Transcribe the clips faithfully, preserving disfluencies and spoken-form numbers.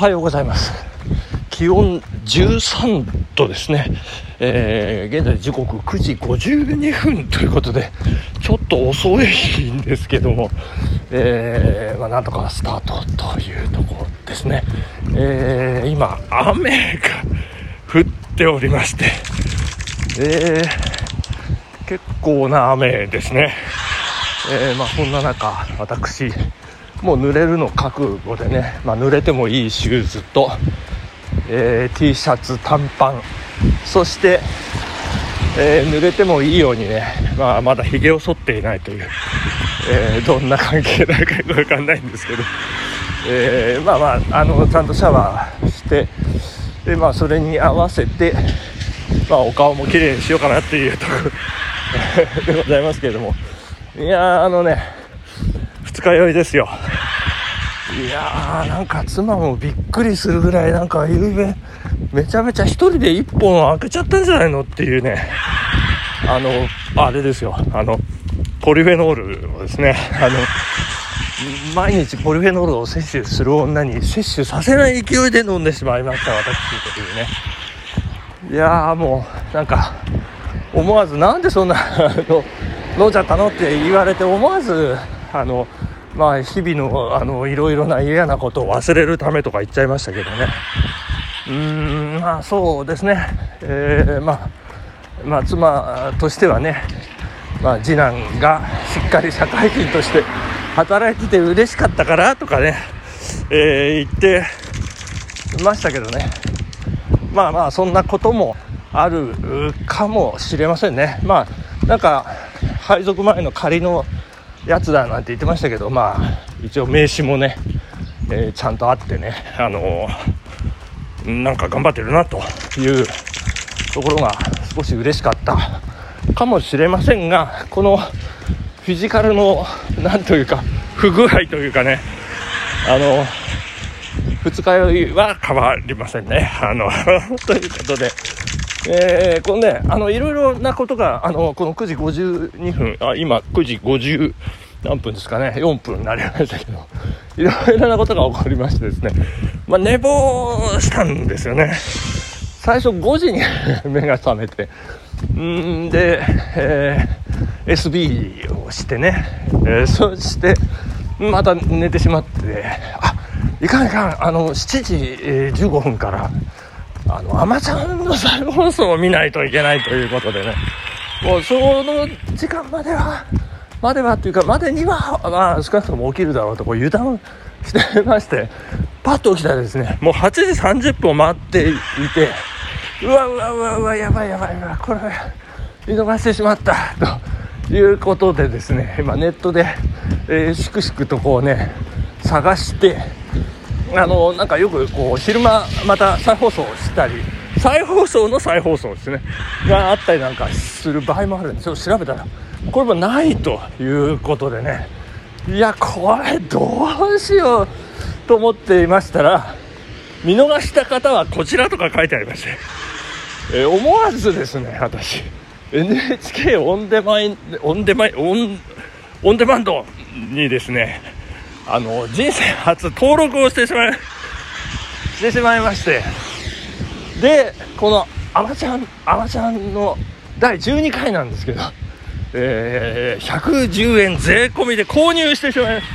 はようございます。気温じゅうさんどですね、えー、現在時刻くじごじゅうにふんということでちょっと遅いんですけども、えーまあ、なんとかスタートというところですね。えー、今雨が降っておりまして、えー、結構な雨ですね。えーまあ、そんな中私もう濡れるの覚悟でね、まあ、濡れてもいいシューズと、えー、T シャツ短パン、そして、えー、濡れてもいいようにね、まあ、まだひげを剃っていないという、えー、どんな関係だか分かんないんですけど、えー、まあまあ、あのちゃんとシャワーしてで、まあ、それに合わせて、まあ、お顔もきれいにしようかなっていうところでございますけれども、いやーあのね二日酔いですよ。いやーなんか妻もびっくりするぐらいなんかゆうべめちゃめちゃ一人で一本開けちゃったんじゃないのっていうね、あのあれですよ、あのポリフェノールをですね、あの毎日ポリフェノールを摂取する女に摂取させない勢いで飲んでしまいました私というね。いやーもうなんか思わずなんでそんなの飲んじゃったのって言われて、思わずあのまあ日々のあのいろいろな嫌なことを忘れるためとか言っちゃいましたけどね。うーんまあそうですね、えー、まあまあ妻としてはね、まあ次男がしっかり社会人として働いてて嬉しかったからとかね、えー、言ってましたけどね。まあまあそんなこともあるかもしれませんね。まあなんか配属前の仮のやつだなんて言ってましたけど、まあ一応名刺もね、えー、ちゃんとあってね、あのー、なんか頑張ってるなというところが少し嬉しかったかもしれませんが、このフィジカルのなんというか不具合というかね、あの二日酔いは変わりませんね。あのということで、えー、このね、あのいろいろなことがあのこのくじごじゅうにふん、あ今くじごじゅう何分ですかね、よんぷんになりましたけど、いろいろなことが起こりましてですね、まあ、寝坊したんですよね。最初ごじに目が覚めて、んで、えー、エスビー をしてね、えー、そしてまた寝てしまって、あいかんいかん、あのしちじじゅうごふんからあのアマちゃんの再放送を見ないといけないということでね、もうその時間まではまではっていうかまでには、まあ、少なくとも起きるだろうとこう油断してまして、パッと起きたらですね、もうはちじさんじゅっぷんを待っていて、うわうわうわうわやばいやばいやばい、これ見逃してしまったということでですね、今ネットで、えー、しくしくとこうね探して、あのなんかよくこう昼間また再放送したり、再放送の再放送ですねがあったりなんかする場合もあるんで、ちょっと調べたらこれもないということでね、いやこれどうしようと思っていましたら、見逃した方はこちらとか書いてありまして、えー、思わずですね私 エヌエイチケー オンデマイオンデマイオンオンデマンドにですね、あの人生初登録をしてしまいしてしまいまして、でこのアマちゃんアマちゃんのだいじゅうにかいなんですけど、えー、ひゃくじゅうえん税込みで購入してしまいました。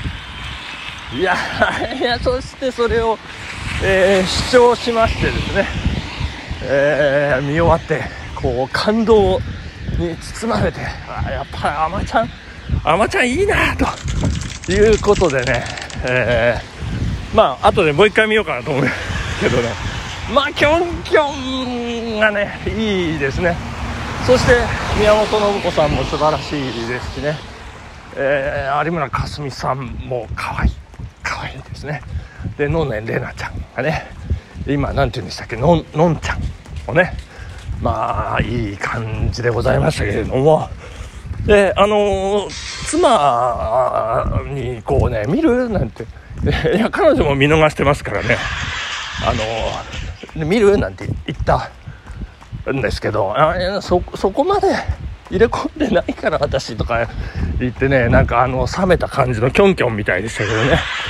いやいや、そしてそれを、えー、視聴しましてですね、えー、見終わってこう感動に包まれて、あやっぱりアマちゃんアマちゃんいいなということでね、えー、まあ後でもう一回見ようかなと思うけどね、まあキョンキョンがねいいですね。そして宮本信子さんも素晴らしいですしね、えー、有村架純さんも可愛い可愛いですね。でのんねんれなちゃんがね、今なんて言うんでしたっけ、のんのんちゃんもね、まあいい感じでございましたけれども、であのー、妻にこうね見るなんて、いや彼女も見逃してますからね、あのー、見るなんて言ったんですけど、あ そ, そこまで入れ込んでないから私とか言ってね、なんかあの冷めた感じのキョンキョンみたいでしたけどね、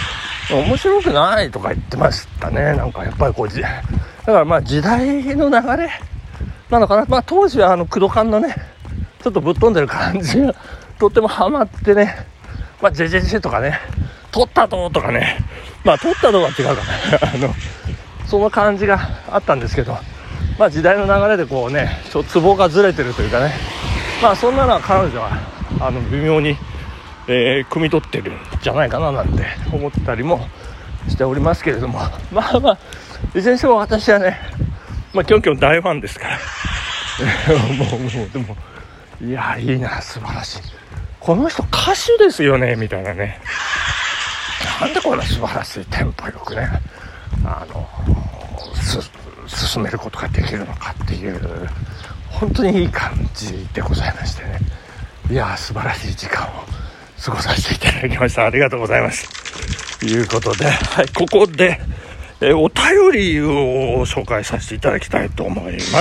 面白くないとか言ってましたね。なんかやっぱりこうじだからまあ時代の流れなのかな。まあ当時はあのクドカンのねちょっとぶっ飛んでる感じがとってもハマってね、まあジェジェジェとかね、取ったととかね、まあ取ったとは違うかなあのその感じがあったんですけど、まあ時代の流れでこうねちょっとツボがずれてるというかね、まあそんなのは彼女はあの微妙にえー、汲み取ってるんじゃないかななんて思ったりもしておりますけれども、まあまあいずれにしても私はね、まあキョンキョン大ファンですからもうもうでもいやいいな、素晴らしい、この人歌手ですよねみたいなね、なんでこんな素晴らしいテンポよくねあの進めることができるのかっていう本当にいい感じでございましてね、いや素晴らしい時間を過ごさせていただきました。ありがとうございますということで、はい、ここでえお便りを紹介させていただきたいと思います。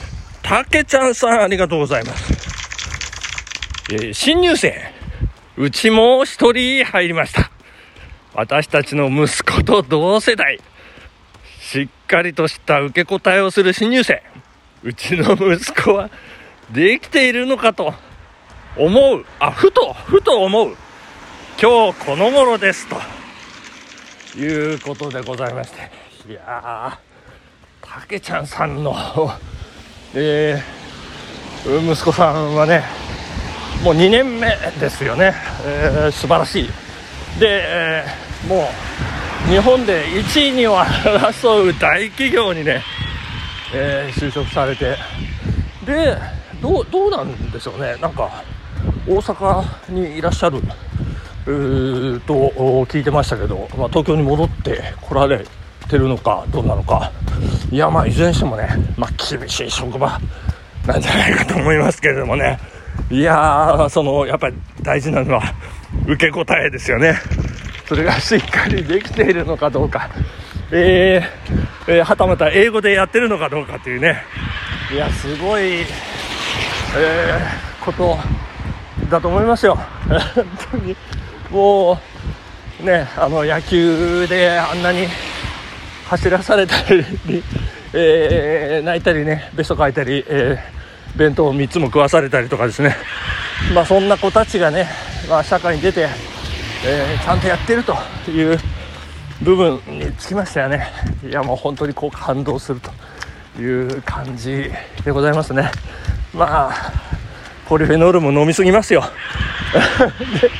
たけちゃんさんありがとうございます。えー、新入生うちも一人入りました。私たちの息子と同世代、しっかりとした受け答えをする新入生、うちの息子はできているのかと思う、あ、ふとふと思う今日この頃ですということでございまして、いやーたけちゃんさんの、えー、息子さんはねもうにねんめですよね、えー、素晴らしいで、えー、もう日本でいちいにを争う大企業にね、えー、就職されて、でどう、どうなんでしょうね、なんか大阪にいらっしゃると聞いてましたけど、まあ、東京に戻って来られてるのかどうなのか、いやまあいずれにしてもね、まあ、厳しい職場なんじゃないかと思いますけれどもね、いやそのやっぱり大事なのは受け答えですよね。それがしっかりできているのかどうか、えーえー、はたまた英語でやってるのかどうかというね、いやすごい、えー、ことだと思いますよ本当にもうね、あの野球であんなに走らされたり、えー、泣いたりね、ベスト書いたり、えー、弁当をみっつも食わされたりとかですね、まあそんな子たちがね、まあ、社会に出て、えー、ちゃんとやってるという部分につきましてはね、いやもう本当にこう感動するという感じでございますね。まあポリフェノールも飲みすぎますよで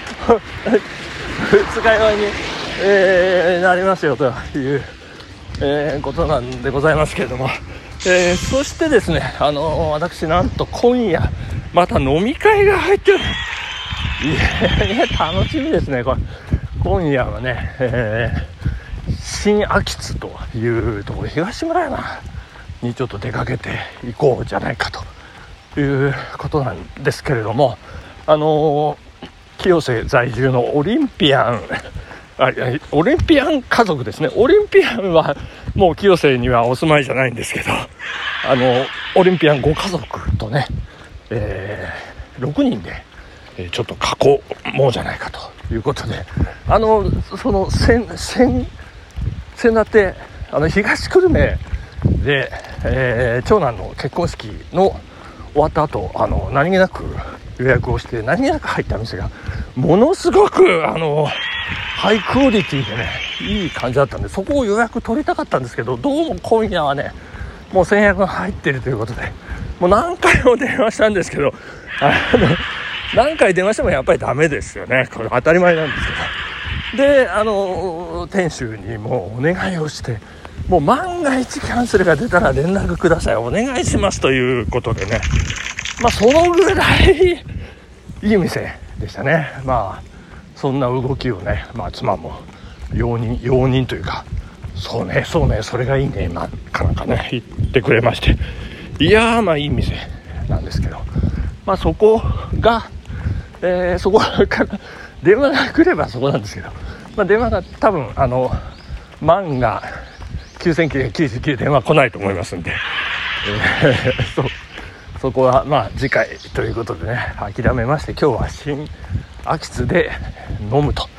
二日酔いに、えー、なりますよという、えー、ことなんでございますけれども、えー、そしてですね、あのー、私なんと今夜また飲み会が入ってる、いやいや楽しみですね。これ今夜はね、えー、新秋津というところ、東村山にちょっと出かけていこうじゃないかということなんですけれども、あのー、清瀬在住のオリンピアンあオリンピアン家族ですね。オリンピアンはもう清瀬にはお住まいじゃないんですけど、あのオリンピアンご家族とね、えー、ろくにんで、えー、ちょっと囲もうじゃないかということで、あのその先先先だってあの東久留米で、えー、長男の結婚式の終わった後、あの何気なく予約をして何気なく入った店がものすごくあのハイクオリティでね、いい感じだったんで、そこを予約取りたかったんですけど、どうも今夜はねもう先約が入っているということで、もう何回も電話したんですけど、あの何回電話してもやっぱりダメですよね。これ当たり前なんですけど、であの店主にもうお願いをして、もう万が一キャンセルが出たら連絡ください、お願いしますということでね、まあそのぐらいいい店でしたね。まあそんな動きをね、まあ妻も容認容認というか、そうねそうねそれがいいね、まあかなんかね言ってくれまして、いやーまあいい店なんですけど、まあそこが、えー、そこから電話が来ればそこなんですけど、まあ電話が多分あの万がきゅうせんきゅうひゃくきゅうじゅうきゅう電話来ないと思いますんで、えー、そ, そこはまあ次回ということでね、諦めまして今日は新秋津で飲むと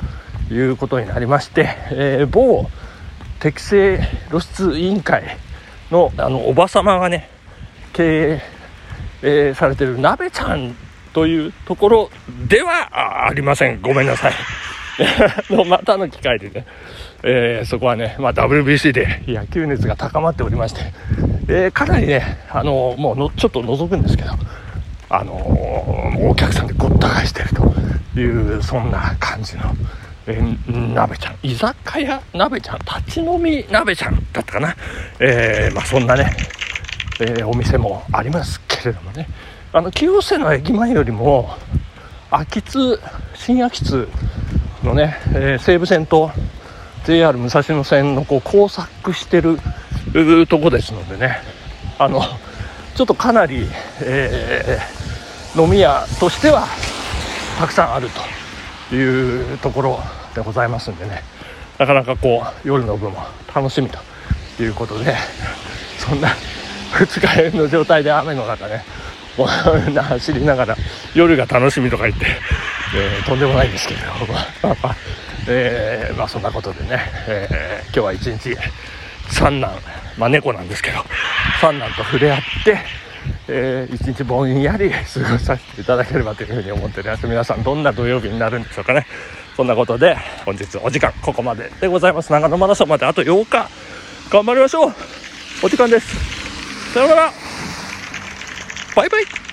いうことになりまして、えー、某適正露出委員会のあのおばさまがね経営、えー、されてる鍋ちゃんというところではありません。ごめんなさいまたの機会でね、えー、そこはね、まあ、ダブリュービーシー で野球熱が高まっておりまして、えー、かなりね、あのー、もうのちょっと覗くんですけど、あのー、お客さんでごった返してるというそんな感じの、えー、鍋ちゃん、居酒屋鍋ちゃん、立ち飲み鍋ちゃんだったかな、えーまあ、そんなね、えー、お店もありますけれどもね、あの清瀬の駅前よりも秋津新秋津のね、えー、西武線と ジェイアール 武蔵野線のこう交錯してるとこですのでね、あのちょっとかなり、えー、飲み屋としてはたくさんあるというところでございますんでね、なかなかこう夜の部も楽しみということで、そんなふつかめの状態で雨の中ね走りながら夜が楽しみとか言って、えー、とんでもないんですけれども、まあえーまあ、そんなことでね、えー、今日は一日三男、まあ、猫なんですけど三男と触れ合って、えー、一日ぼんやり過ごさせていただければというふうに思っております。皆さんどんな土曜日になるんでしょうかね。そんなことで本日お時間ここまででございます。長野マラソンまであとようか頑張りましょう。お時間です。さようなら。バイバイ。